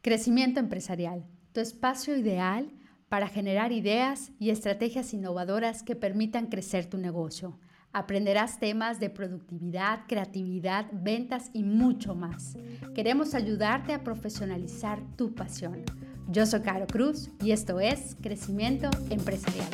Crecimiento empresarial, tu espacio ideal para generar ideas y estrategias innovadoras que permitan crecer tu negocio. Aprenderás temas de productividad, creatividad, ventas y mucho más. Queremos ayudarte a profesionalizar tu pasión. Yo soy Caro Cruz y esto es Crecimiento Empresarial.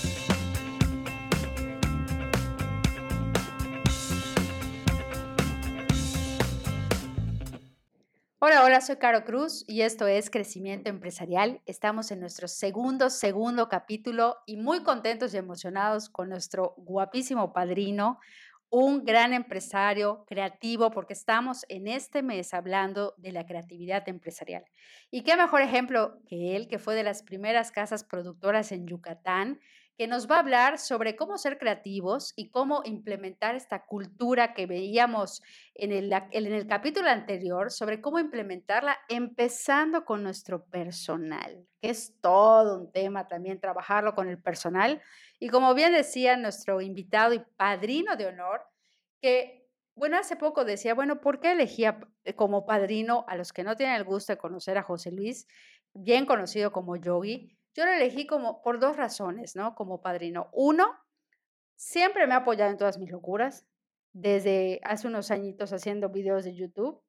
Hola, soy Caro Cruz y esto es Crecimiento Empresarial. Estamos en nuestro segundo capítulo y muy contentos y emocionados con nuestro guapísimo padrino, un gran empresario creativo, porque estamos en este mes hablando de la creatividad empresarial. Y qué mejor ejemplo que él, que fue de las primeras casas productoras en Yucatán, que nos va a hablar sobre cómo ser creativos y cómo implementar esta cultura que veíamos en el capítulo anterior, sobre cómo implementarla, empezando con nuestro personal, que es todo un tema también trabajarlo con el personal. Y como bien decía nuestro invitado y padrino de honor, que, bueno, hace poco decía, bueno, ¿por qué elegía como padrino a los que no tienen el gusto de conocer a José Luis, bien conocido como Yogi? Yo lo elegí como por dos razones, ¿no? Como padrino. Uno, siempre me ha apoyado en todas mis locuras, desde hace unos añitos haciendo videos de YouTube,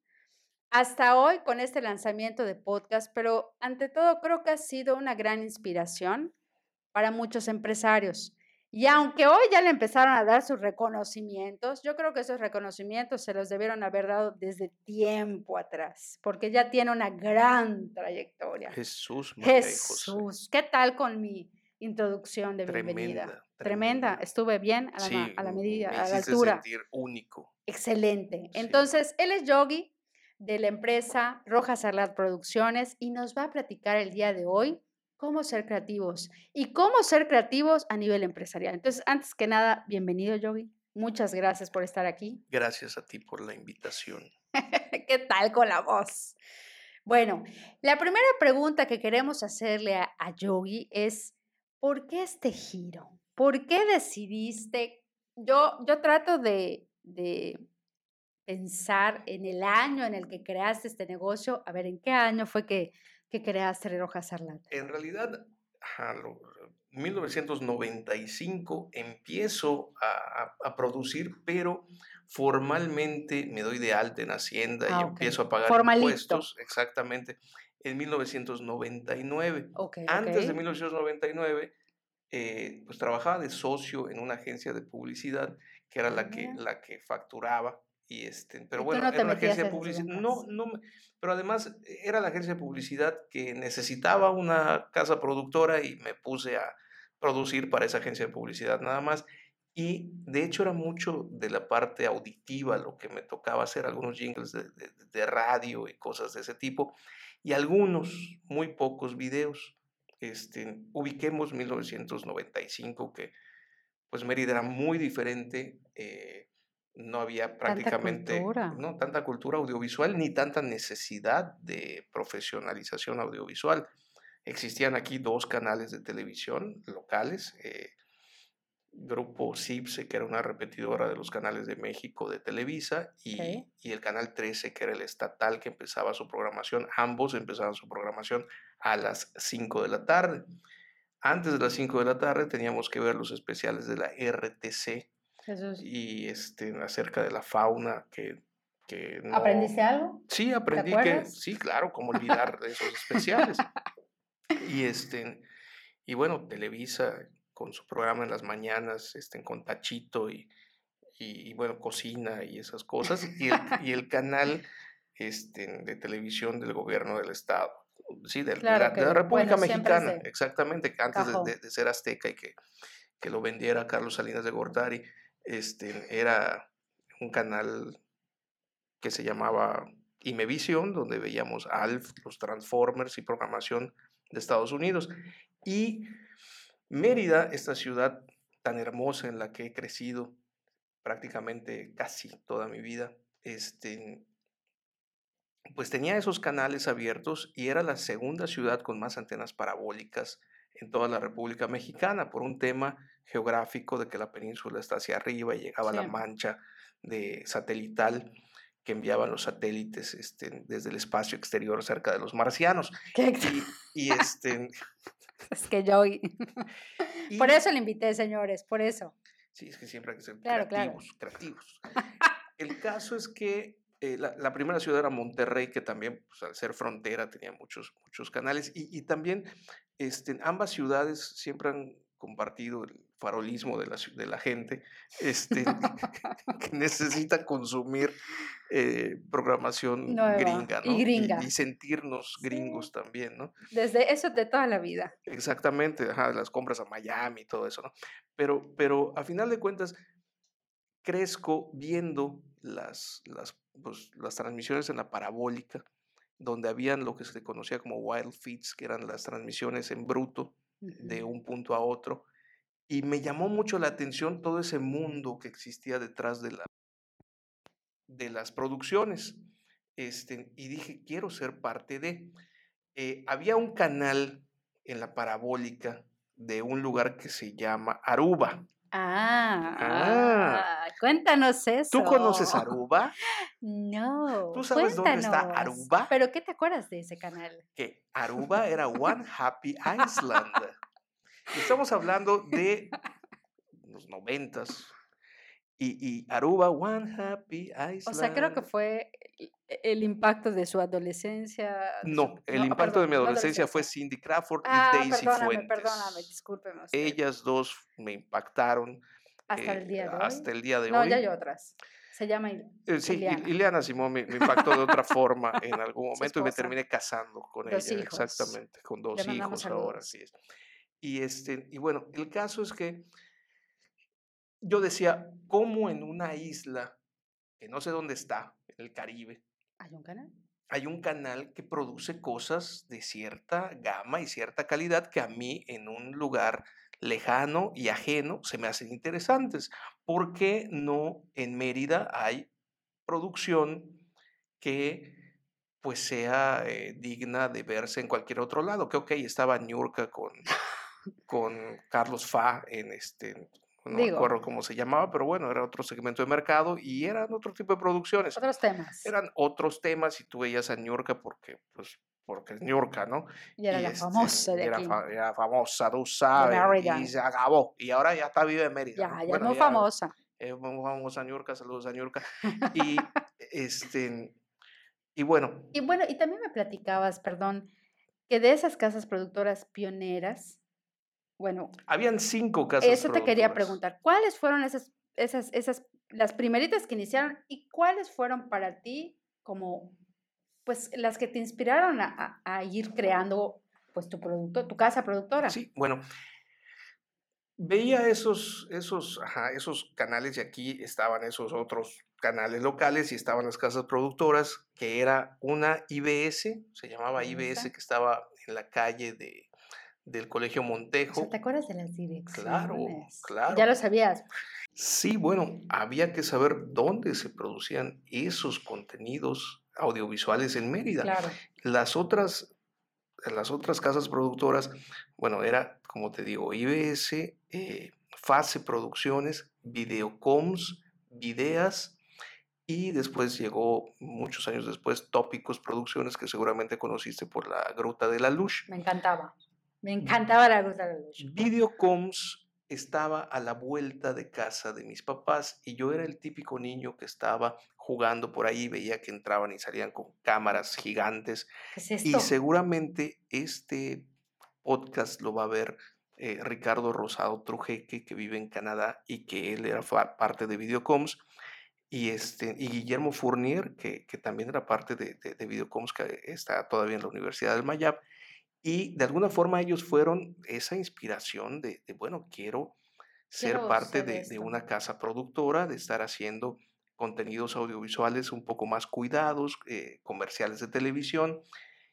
hasta hoy con este lanzamiento de podcast, pero ante todo creo que ha sido una gran inspiración para muchos empresarios. Y aunque hoy ya le empezaron a dar sus reconocimientos, yo creo que esos reconocimientos se los debieron haber dado desde tiempo atrás, porque ya tiene una gran trayectoria. Jesús, María y José. Jesús, ¿qué tal con mi introducción de bienvenida? Tremenda, Tremenda, tremenda. estuve bien Sí, a la me medida, a la hiciste altura. sentir único. Excelente. Sí. Entonces, él es Yogi de la empresa Rojas Arlat Producciones y nos va a platicar el día de hoy cómo ser creativos y cómo ser creativos a nivel empresarial. Entonces, antes que nada, bienvenido, Yogi. Muchas gracias por estar aquí. Gracias a ti por la invitación. ¿Qué tal con la voz? Bueno, la primera pregunta que queremos hacerle a Yogi es, ¿por qué este giro? ¿Por qué decidiste? Yo trato de pensar en el año en el que creaste este negocio. A ver, ¿en qué año fue que creaste Rojas Arlat? En realidad, 1995 empiezo a producir, pero formalmente me doy de alta en Hacienda y Ah, ok. empiezo a pagar Formalito. impuestos exactamente en 1999. Ok, ok. Antes de 1999, pues trabajaba de socio en una agencia de publicidad que era Ah, la que, mira. la que facturaba. Pero Y tú bueno, no te era una metías agencia a de esas publicidad. broncas. Pero además era la agencia de publicidad que necesitaba una casa productora y me puse a producir para esa agencia de publicidad nada más. Y de hecho era mucho de la parte auditiva lo que me tocaba hacer, algunos jingles de radio y cosas de ese tipo, y algunos, muy pocos videos. Ubiquemos 1995, que pues Mérida era muy diferente, no había Tanta prácticamente cultura. no tanta cultura audiovisual ni tanta necesidad de profesionalización audiovisual. Existían aquí 2 canales de televisión locales, Grupo CIPSE, que era una repetidora de los canales de México de Televisa, Ok. y el canal 13, que era el estatal, que empezaba su programación. Ambos empezaban su programación a las 5 de la tarde. Antes de las 5 de la tarde teníamos que ver los especiales de la RTC Jesús. y acerca de la fauna que no... ¿Aprendiste algo? Sí, ¿Te aprendí que, acuerdas? sí, claro, cómo olvidar de esos especiales. Y, y bueno, Televisa con su programa en las mañanas, con Tachito y bueno, cocina y esas cosas, y el canal de televisión del gobierno del estado, sí, Claro de la que, bueno, República siempre es Mexicana, de exactamente, que antes cajón. de ser azteca y que lo vendiera Carlos Salinas de Gortari, era un canal que se llamaba Imevisión, donde veíamos Alf, los Transformers y programación de Estados Unidos. Y Mérida, esta ciudad tan hermosa en la que he crecido prácticamente casi toda mi vida, pues tenía esos canales abiertos y era la segunda ciudad con más antenas parabólicas en toda la República Mexicana por un tema geográfico de que la península está hacia arriba y llegaba Sí. la mancha de satelital que enviaban los satélites desde el espacio exterior cerca de los marcianos. ¿Qué? Y, Es que yo... Por y eso le invité, señores, por eso. sí, es que siempre hay que ser Claro, claro. creativos. El caso es que la primera ciudad era Monterrey, que también, pues, al ser frontera, tenía muchos canales. Y también ambas ciudades siempre han compartido el farolismo de la gente, que necesita consumir programación Nueva gringa, y ¿no? Y gringa. sentirnos Sí. gringos también, ¿no? Desde eso de toda la vida. Exactamente, ajá, las compras a Miami y todo eso, ¿no? Pero a final de cuentas, crezco viendo pues, las transmisiones en la parabólica, donde habían lo que se conocía como wild feeds, que eran las transmisiones en bruto de Ujú. un punto a otro, y me llamó mucho la atención todo ese mundo que existía detrás de las producciones, y dije, quiero ser parte de. Había un canal en la parabólica de un lugar que se llama Aruba. Ah, Cuéntanos ¿tú eso. conoces Aruba? ¿Tú No, sabes dónde está cuéntanos. Aruba? ¿Pero qué te acuerdas de ese canal? Que Aruba era One Happy Island. Y estamos hablando de los noventas. Y Aruba, One Happy O sea, creo que Island. fue el impacto de su adolescencia, de su... No, el No, impacto de perdón, mi no adolescencia fue adolescencia. Cindy Crawford y Ah, Daisy perdóname, Fuentes. discúlpeme usted. Ellas dos me impactaron ¿Hasta el día de hoy? hasta el día de No, ya hoy. hay otras. Se llama Sí, Ileana, Ileana Simón me impactó de otra forma en algún su momento y me esposa, terminé casando con 2 ella, hijos. exactamente, con Le 2 mandamos hijos ahora, saludos. así es. Y bueno, el caso es que yo decía, ¿cómo en una isla, que no sé dónde está, en el Caribe, ¿Hay un canal? hay un canal que produce cosas de cierta gama y cierta calidad que a mí en un lugar lejano y ajeno se me hacen interesantes? ¿Por qué no en Mérida hay producción que pues sea digna de verse en cualquier otro lado? Que ok, estaba Niurka con Carlos Fa no me Digo, acuerdo cómo se llamaba, pero bueno, era otro segmento de mercado y eran otro tipo de producciones. otros temas. Eran otros temas y tú veías a Niurka porque es Niurka, ¿no? Y era la famosa de Y era, aquí, era famosa, tú de sabes, y Merida. se acabó. Y ahora ya está viva en Mérida, ¿no? Ya es Bueno, muy ya famosa. es muy famosa Niurka, saludos a Niurka. Y, y bueno, Y bueno, y también me platicabas, perdón, que de esas casas productoras pioneras, bueno, habían 5 casas eso te quería productoras. preguntar, ¿cuáles fueron las primeritas que iniciaron y cuáles fueron para ti como, pues, las que te inspiraron a ir creando, pues, tu producto, tu casa productora? Sí, bueno, veía esos canales y aquí estaban esos otros canales locales y estaban las casas productoras, que era una IBS, se llamaba IBS, Esa. que estaba en la calle del Colegio O sea, ¿te Montejo. acuerdas de las Claro, direcciones? Ya lo claro. sabías. Sí, bueno, había que saber dónde se producían esos contenidos audiovisuales en Mérida. Claro. Las otras las otras casas productoras, bueno, era, como te digo, IBS, Fase Producciones, Videocoms, Videas, y después llegó, muchos años después, Tópicos Producciones, que seguramente conociste por la Gruta de la Luz. Me encantaba. Me encantaba la Ruta de la Luz. Videocoms estaba a la vuelta de casa de mis papás y yo era el típico niño que estaba jugando por ahí, veía que entraban y salían con cámaras gigantes ¿Qué es y esto? seguramente este podcast lo va a ver Ricardo Rosado Trujeque, que vive en Canadá y que él era parte de Videocoms, y Guillermo Fournier, que también era parte de Videocoms, que está todavía en la Universidad del Mayab. Y de alguna forma ellos fueron esa inspiración bueno, quiero ser Quiero parte ser de esto. una casa productora, de estar haciendo contenidos audiovisuales un poco más cuidados, comerciales de televisión.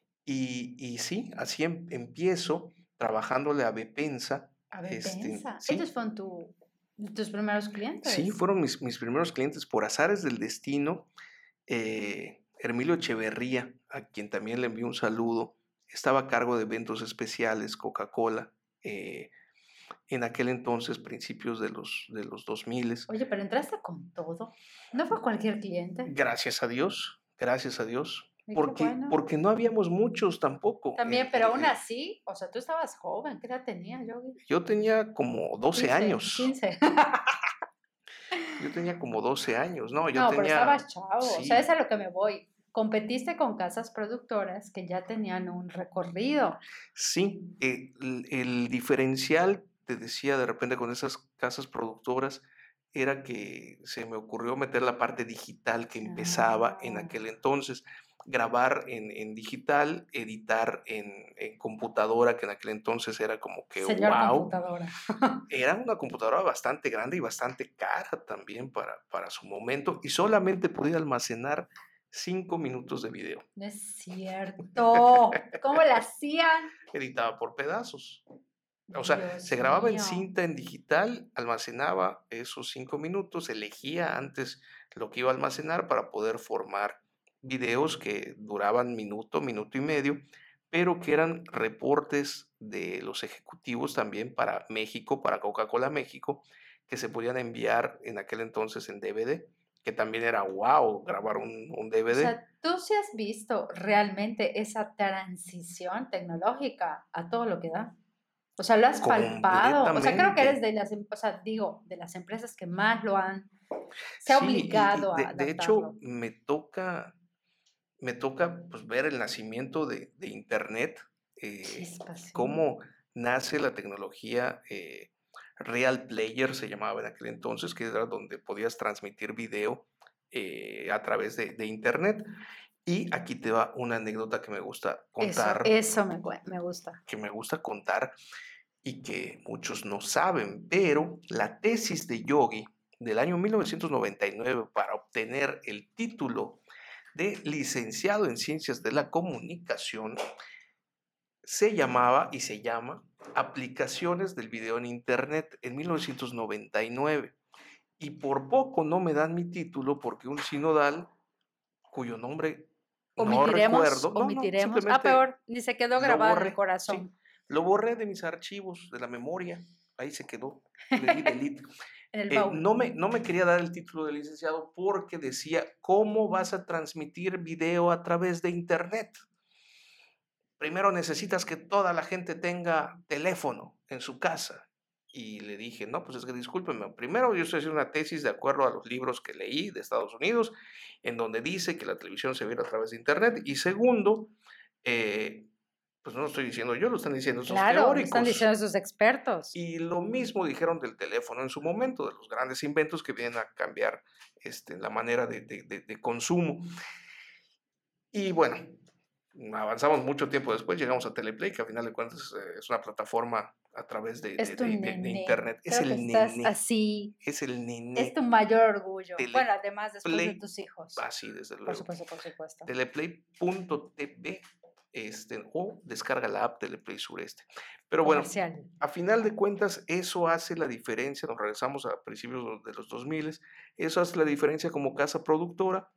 Y sí, así empiezo trabajándole a Bepensa. A ver, pensa. Ellos Sí, fueron tus primeros sí, clientes. fueron mis primeros clientes por azares del destino. Hermilio Echeverría, a quien también le envío un saludo, estaba a cargo de eventos especiales, Coca-Cola. en aquel entonces, principios de los 2000. Oye, pero entraste con todo. No fue cualquier cliente. Gracias a Dios, Y qué bueno. porque no habíamos muchos tampoco. También, pero aún así, o sea, tú estabas joven, ¿qué edad tenías, Yogi? Yo tenía como 12 15, años, 15. yo tenía como 12 años, no, yo No, pero tenía, estabas chavo, o sea, es sí, a lo que me voy. Competiste con casas productoras que ya tenían un recorrido. sí, el diferencial, te decía, de repente con esas casas productoras, era que se me ocurrió meter la parte digital que empezaba en Ah, aquel entonces, grabar en digital, editar en computadora, que en aquel entonces era como que, señor wow, computadora. era una computadora bastante grande y bastante cara también para su momento, y solamente podía almacenar 5 minutos de video. No es cierto. ¿Cómo la hacían? Editaba por pedazos. O sea, se Dios grababa en mío. cinta en digital, almacenaba esos 5 minutos, elegía antes lo que iba a almacenar para poder formar videos que duraban minuto, minuto y medio, pero que eran reportes de los ejecutivos también para México, para Coca-Cola México, que se podían enviar en aquel entonces en DVD, que también era wow grabar un O DVD sea, tú sí has visto realmente esa transición tecnológica a todo lo que da. O sea, lo has palpado. O sea, creo que eres completamente. de las, o sea, digo, de las empresas que más lo han, se ha Sí, y obligado a de hecho adaptarlo. me toca, pues, ver el nacimiento de Internet, Chispas, sí. cómo nace la tecnología, Real Player se llamaba en aquel entonces, que era donde podías transmitir video, a través de Internet. Y aquí te va una anécdota Eso me gusta. que me gusta contar y que muchos no saben, pero la tesis de Yogi del año 1999 para obtener el título de licenciado en Ciencias de la Comunicación se llamaba y se llama Aplicaciones del Video en Internet en 1999. Y por poco no me dan mi título porque un sinodal cuyo nombre no Omitiremos, recuerdo, no, omitiremos. Ah, simplemente peor, ni se quedó lo grabada en el borré, sí, corazón, lo borré de mis archivos, de la memoria, ahí se quedó, le di delete. en el baúl. No me quería dar el título de licenciado porque decía, ¿cómo vas a transmitir video a través de Internet? Primero necesitas que toda la gente tenga teléfono en su casa. Y le dije, no, pues es que discúlpeme, primero yo estoy haciendo una tesis de acuerdo a los libros que leí de Estados Unidos, en donde dice que la televisión se ve a través de Internet. Y segundo, eh, pues no lo estoy diciendo yo, lo están diciendo esos Claro, lo están teóricos. diciendo sus expertos. Y lo mismo dijeron del teléfono en su momento, de los grandes inventos que vienen a cambiar la manera de consumo. Y bueno, avanzamos mucho tiempo después, llegamos a Teleplay, que a final de cuentas es una plataforma a través Es tu de nené. Internet. Creo que estás así. Es el Es nené tu mayor orgullo. Bueno, además después de Teleplay, tus hijos. así desde Por luego. supuesto, por supuesto. Teleplay.tv, o descarga la app Teleplay Sureste. Pero bueno, Comercial. a final de cuentas, eso hace la diferencia, nos regresamos a principios de los 2000, eso hace la diferencia como casa productora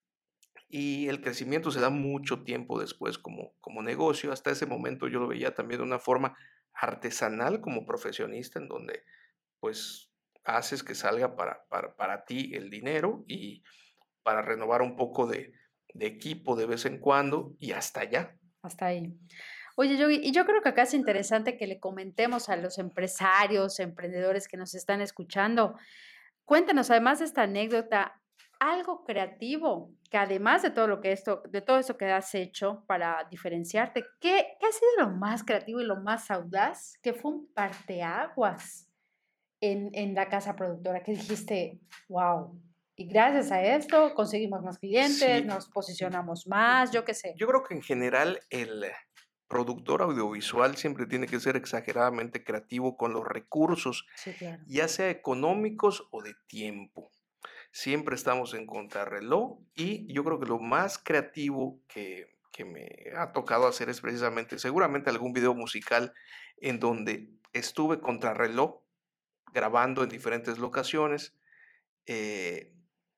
y el crecimiento se da mucho tiempo después como negocio. Hasta ese momento yo lo veía también de una forma artesanal como profesionista, en donde pues haces que salga para ti el dinero y para renovar un poco de equipo de vez en cuando y hasta allá. Hasta ahí. Oye, Yogi, y yo creo que acá es interesante que le comentemos a los empresarios, emprendedores que nos están escuchando. Cuéntanos, además de esta anécdota, algo creativo que además de todo lo que esto, de todo esto que has hecho para diferenciarte, ¿qué ha sido lo más creativo y lo más audaz que fue un parteaguas en la casa productora que dijiste, wow, y gracias a esto conseguimos más clientes, Sí, nos posicionamos más, yo qué sé. yo creo que en general el productor audiovisual siempre tiene que ser exageradamente creativo con los recursos, Sí, claro. ya sea económicos o de tiempo. Siempre estamos en contrarreloj y yo creo que lo más creativo que me ha tocado hacer es precisamente, seguramente algún video musical en donde estuve contrarreloj grabando en diferentes locaciones, eh,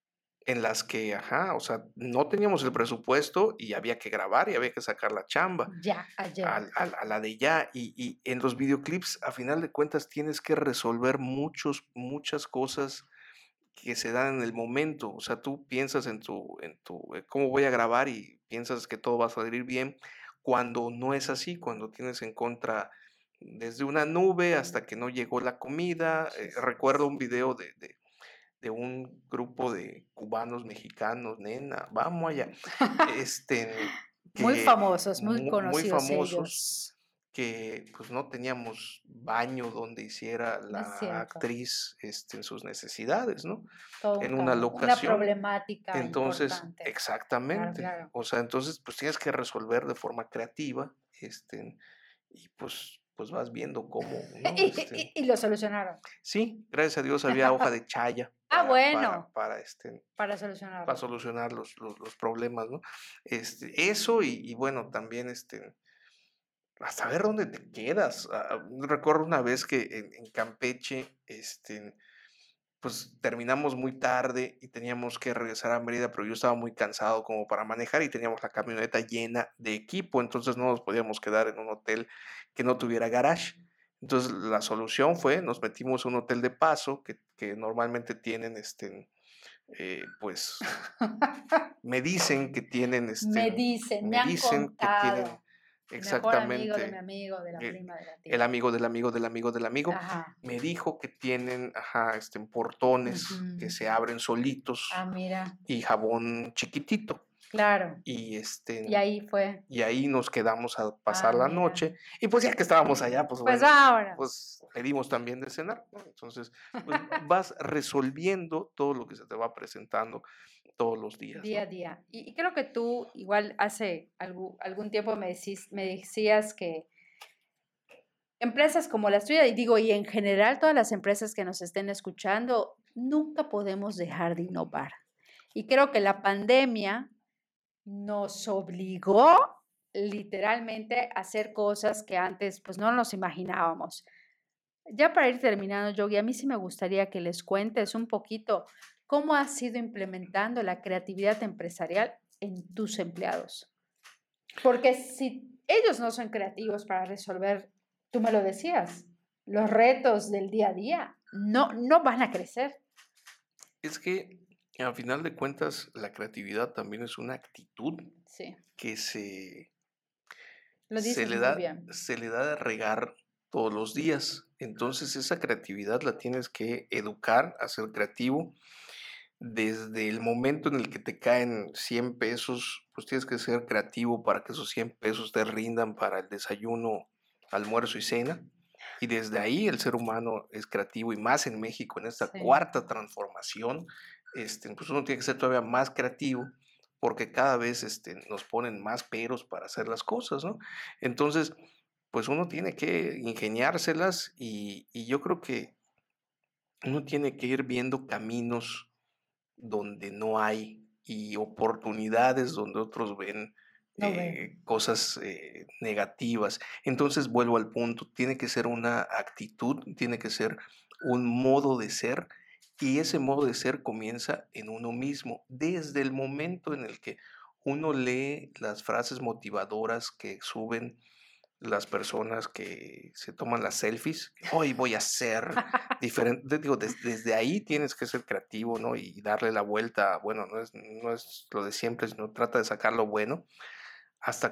en las que, o sea, no teníamos el presupuesto y había que grabar y había que sacar la chamba Ya, ayer. a la de ya. Y en los videoclips, a final de cuentas, tienes que resolver muchas cosas que se dan en el momento. O sea, tú piensas cómo voy a grabar y piensas que todo va a salir bien, cuando no es así, cuando tienes en contra desde una nube hasta que no llegó la comida. Recuerdo un video de un grupo de cubanos mexicanos, nena, vamos allá, este, Muy que famosos, muy muy conocidos famosos, ellos. que pues no teníamos baño donde hiciera No es la cierto. actriz en sus necesidades, ¿no? Todo un En una caos, una locación. problemática Entonces, importante. Claro, exactamente. claro. O sea, entonces, pues tienes que resolver de forma creativa, y pues vas viendo cómo, ¿no? Y lo solucionaron. Sí, gracias a Dios había hoja de chaya Ah, para bueno, para para solucionarlo. solucionar los problemas, ¿no? Eso y bueno, también, a saber dónde te quedas. Recuerdo una vez que en Campeche, pues terminamos muy tarde y teníamos que regresar a Mérida, pero yo estaba muy cansado como para manejar y teníamos la camioneta llena de equipo, entonces no nos podíamos quedar en un hotel que no tuviera garage. Entonces la solución fue, nos metimos a un hotel de paso que normalmente tienen, pues Me me han dicen que tienen contado. El mejor amigo de mi exactamente amigo, de la eh, prima, de la el tía. amigo del amigo del amigo del amigo, Ajá. me dijo que tienen, portones que Ujú. se abren Ah, solitos mira, y jabón chiquitito. claro. Y, Y ahí fue. y ahí nos quedamos a pasar Ah, la mira. noche. Y pues ya que estábamos allá, pues Pues bueno, vámonos. pues pedimos también de cenar, ¿no? Entonces, pues vas resolviendo todo lo que se te va presentando todos los días, Día a ¿no? día. Y creo que tú, igual hace algún tiempo me decías que empresas como la tuya, y digo, y en general todas las empresas que nos estén escuchando, nunca podemos dejar de innovar. Y creo que la pandemia nos obligó literalmente a hacer cosas que antes pues no nos imaginábamos. Ya para ir terminando, Yogi, a mí sí me gustaría que les cuentes un poquito cómo has ido implementando la creatividad empresarial en tus empleados. Porque si ellos no son creativos para resolver, tú me lo decías, los retos del día a día, no van a crecer. Es que al final de cuentas la creatividad también es una actitud Sí, que lo dices muy bien. se le da de regar todos los días. Entonces esa creatividad la tienes que educar a ser creativo. Desde el momento en el que te caen 100 pesos, pues tienes que ser creativo para que esos 100 pesos te rindan para el desayuno, almuerzo y cena. Y desde ahí el ser humano es creativo y más en México, en esta Sí. cuarta transformación, pues uno tiene que ser todavía más creativo porque cada vez nos ponen más peros para hacer las cosas, ¿no? Entonces, pues uno tiene que ingeniárselas y yo creo que uno tiene que ir viendo caminos donde no hay y oportunidades donde otros ven No ven. cosas negativas. Entonces vuelvo al punto, tiene que ser una actitud, tiene que ser un modo de ser y ese modo de ser comienza en uno mismo. Desde el momento en el que uno lee las frases motivadoras que suben las personas que se toman las selfies, hoy voy a ser diferente, digo, desde ahí tienes que ser creativo, ¿no? Y darle la vuelta, bueno, no es lo de siempre, sino trata de sacar lo bueno, hasta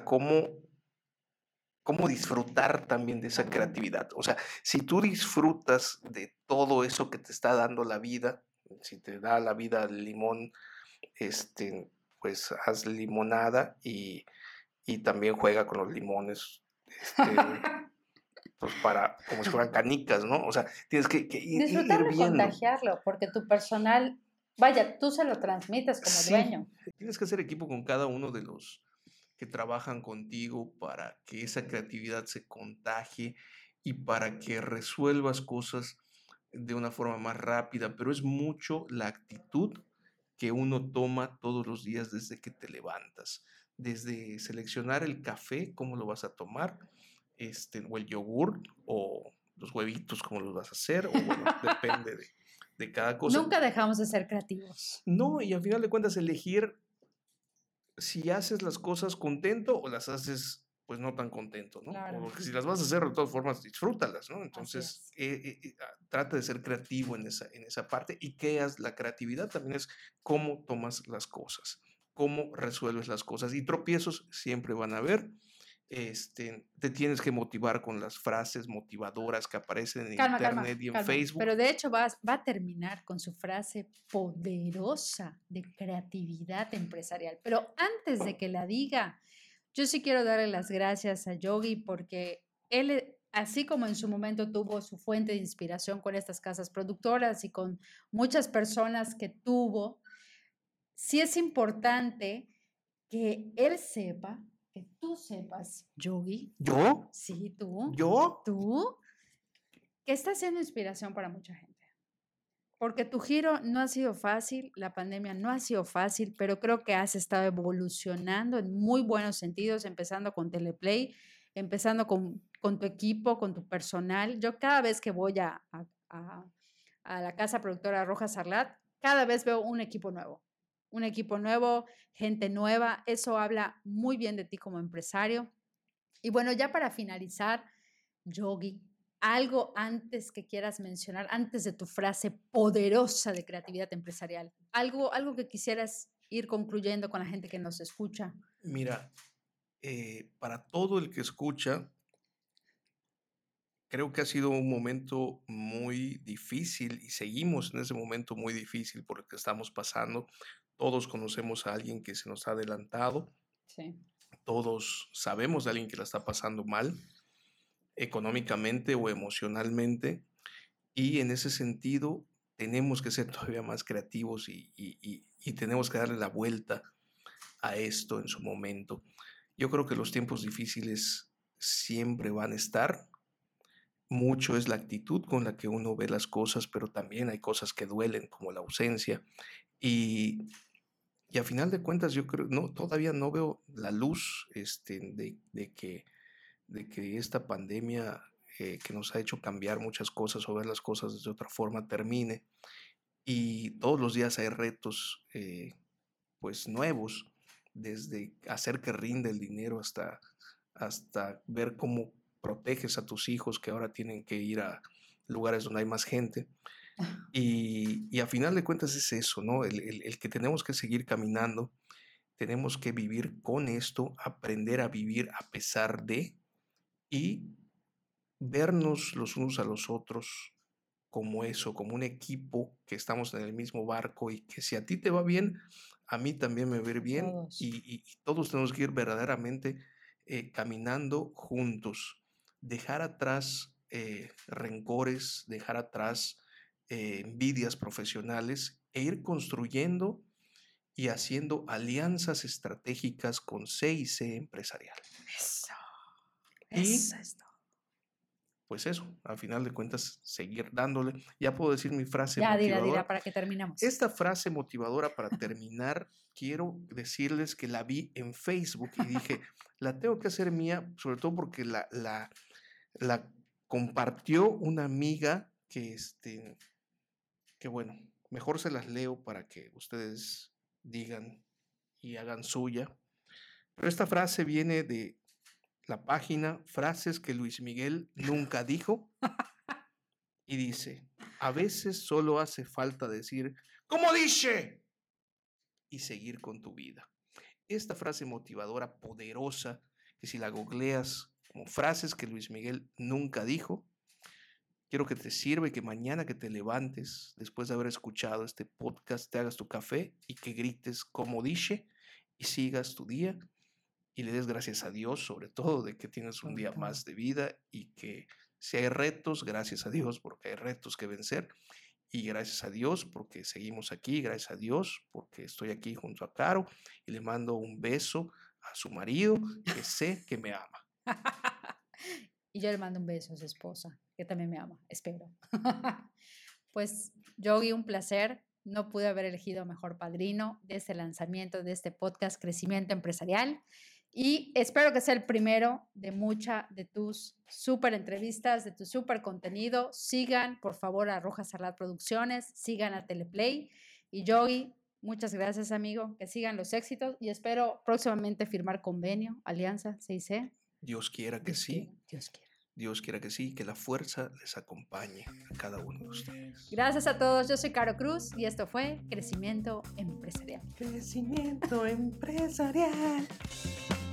cómo disfrutar también de esa También. creatividad. O sea, si tú disfrutas de todo eso que te está dando la vida, si te da la vida el limón, pues haz limonada y también juega con los limones, pues para, como si fueran canicas, ¿no? O sea, tienes que ir Disfrutarlo y viendo. contagiarlo, porque tu personal, vaya, tú se lo transmites como Sí, dueño. tienes que hacer equipo con cada uno de los que trabajan contigo para que esa creatividad se contagie y para que resuelvas cosas de una forma más rápida, pero es mucho la actitud que uno toma todos los días desde que te levantas, desde seleccionar el café, cómo lo vas a tomar, o el yogur, o los huevitos, cómo los vas a hacer, o bueno, depende de cada cosa. Nunca dejamos de ser creativos. No, y al final de cuentas elegir si haces las cosas contento o las haces pues no tan contento, ¿no? Claro. Porque si las vas a hacer de todas formas, disfrútalas, ¿no? Así Entonces, es. trata de ser creativo en esa parte y la creatividad también es cómo tomas las cosas, cómo resuelves las cosas y tropiezos siempre van a haber. Te tienes que motivar con las frases motivadoras que aparecen en internet y en Facebook. Pero de hecho va a terminar con su frase poderosa de creatividad empresarial. Pero antes de que la diga, yo sí quiero darle las gracias a Yogi porque él, así como en su momento tuvo su fuente de inspiración con estas casas productoras y con muchas personas que tuvo, sí es importante que él sepa, que tú sepas, Yogi. ¿Yo? Sí, tú. ¿Yo? Tú, que está siendo inspiración para mucha gente. Porque tu giro no ha sido fácil, la pandemia no ha sido fácil, pero creo que has estado evolucionando en muy buenos sentidos, empezando con Teleplay, empezando con tu equipo, con tu personal. Yo cada vez que voy a la casa productora Rojas Sarlat, cada vez veo un equipo nuevo, gente nueva. Eso habla muy bien de ti como empresario. Y bueno, ya para finalizar, Yogi, algo antes que quieras mencionar, antes de tu frase poderosa de creatividad empresarial, algo que quisieras ir concluyendo con la gente que nos escucha. Mira, para todo el que escucha, creo que ha sido un momento muy difícil y seguimos en ese momento muy difícil por el que estamos pasando. Todos conocemos a alguien que se nos ha adelantado. Sí. Todos sabemos de alguien que la está pasando mal, económicamente o emocionalmente. Y en ese sentido, tenemos que ser todavía más creativos y tenemos que darle la vuelta a esto en su momento. Yo creo que los tiempos difíciles siempre van a estar. Mucho es la actitud con la que uno ve las cosas, pero también hay cosas que duelen, como la ausencia. Y, y a final de cuentas, yo creo, no, todavía no veo la luz de que esta pandemia que nos ha hecho cambiar muchas cosas o ver las cosas de otra forma termine. Y todos los días hay retos pues nuevos, desde hacer que rinda el dinero hasta ver cómo proteges a tus hijos que ahora tienen que ir a lugares donde hay más gente. Y a final de cuentas es eso, ¿no? El que tenemos que seguir caminando, tenemos que vivir con esto, aprender a vivir a pesar de y vernos los unos a los otros como eso, como un equipo que estamos en el mismo barco y que si a ti te va bien, a mí también me va a ir bien Todos. y todos tenemos que ir verdaderamente caminando juntos, dejar atrás rencores, dejar atrás envidias profesionales e ir construyendo y haciendo alianzas estratégicas con C&C Empresarial. Eso. Y Eso es todo. pues eso, al final de cuentas, seguir dándole. Ya puedo decir mi frase Ya, motivadora. dila, para que terminemos. Esta frase motivadora para terminar, quiero decirles que la vi en Facebook y dije, la tengo que hacer mía, sobre todo porque la compartió una amiga que bueno, mejor se las leo para que ustedes digan y hagan suya. Pero esta frase viene de la página Frases que Luis Miguel nunca dijo y dice, a veces solo hace falta decir, ¿cómo dice? Y seguir con tu vida. Esta frase motivadora, poderosa, que si la googleas como frases que Luis Miguel nunca dijo, quiero que te sirva y que mañana que te levantes, después de haber escuchado este podcast, te hagas tu café y que grites como dice y sigas tu día y le des gracias a Dios, sobre todo, de que tienes un día más de vida y que si hay retos, gracias a Dios, porque hay retos que vencer. Y gracias a Dios porque seguimos aquí, gracias a Dios porque estoy aquí junto a Caro y le mando un beso a su marido que sé que me ama. Y yo le mando un beso a su esposa, que también me ama, espero. Pues, Yogi, un placer. No pude haber elegido mejor padrino de este lanzamiento de este podcast Crecimiento Empresarial. Y espero que sea el primero de muchas de tus súper entrevistas, de tu súper contenido. Sigan, por favor, a Rojas Salat Producciones, sigan a Teleplay. Y Yogi, muchas gracias, amigo. Que sigan los éxitos y espero próximamente firmar convenio, alianza, CIC. Dios quiera que sí. Dios quiera. Dios quiera que sí, que la fuerza les acompañe a cada uno de ustedes. Gracias a todos, yo soy Caro Cruz y esto fue Crecimiento Empresarial. Crecimiento Empresarial.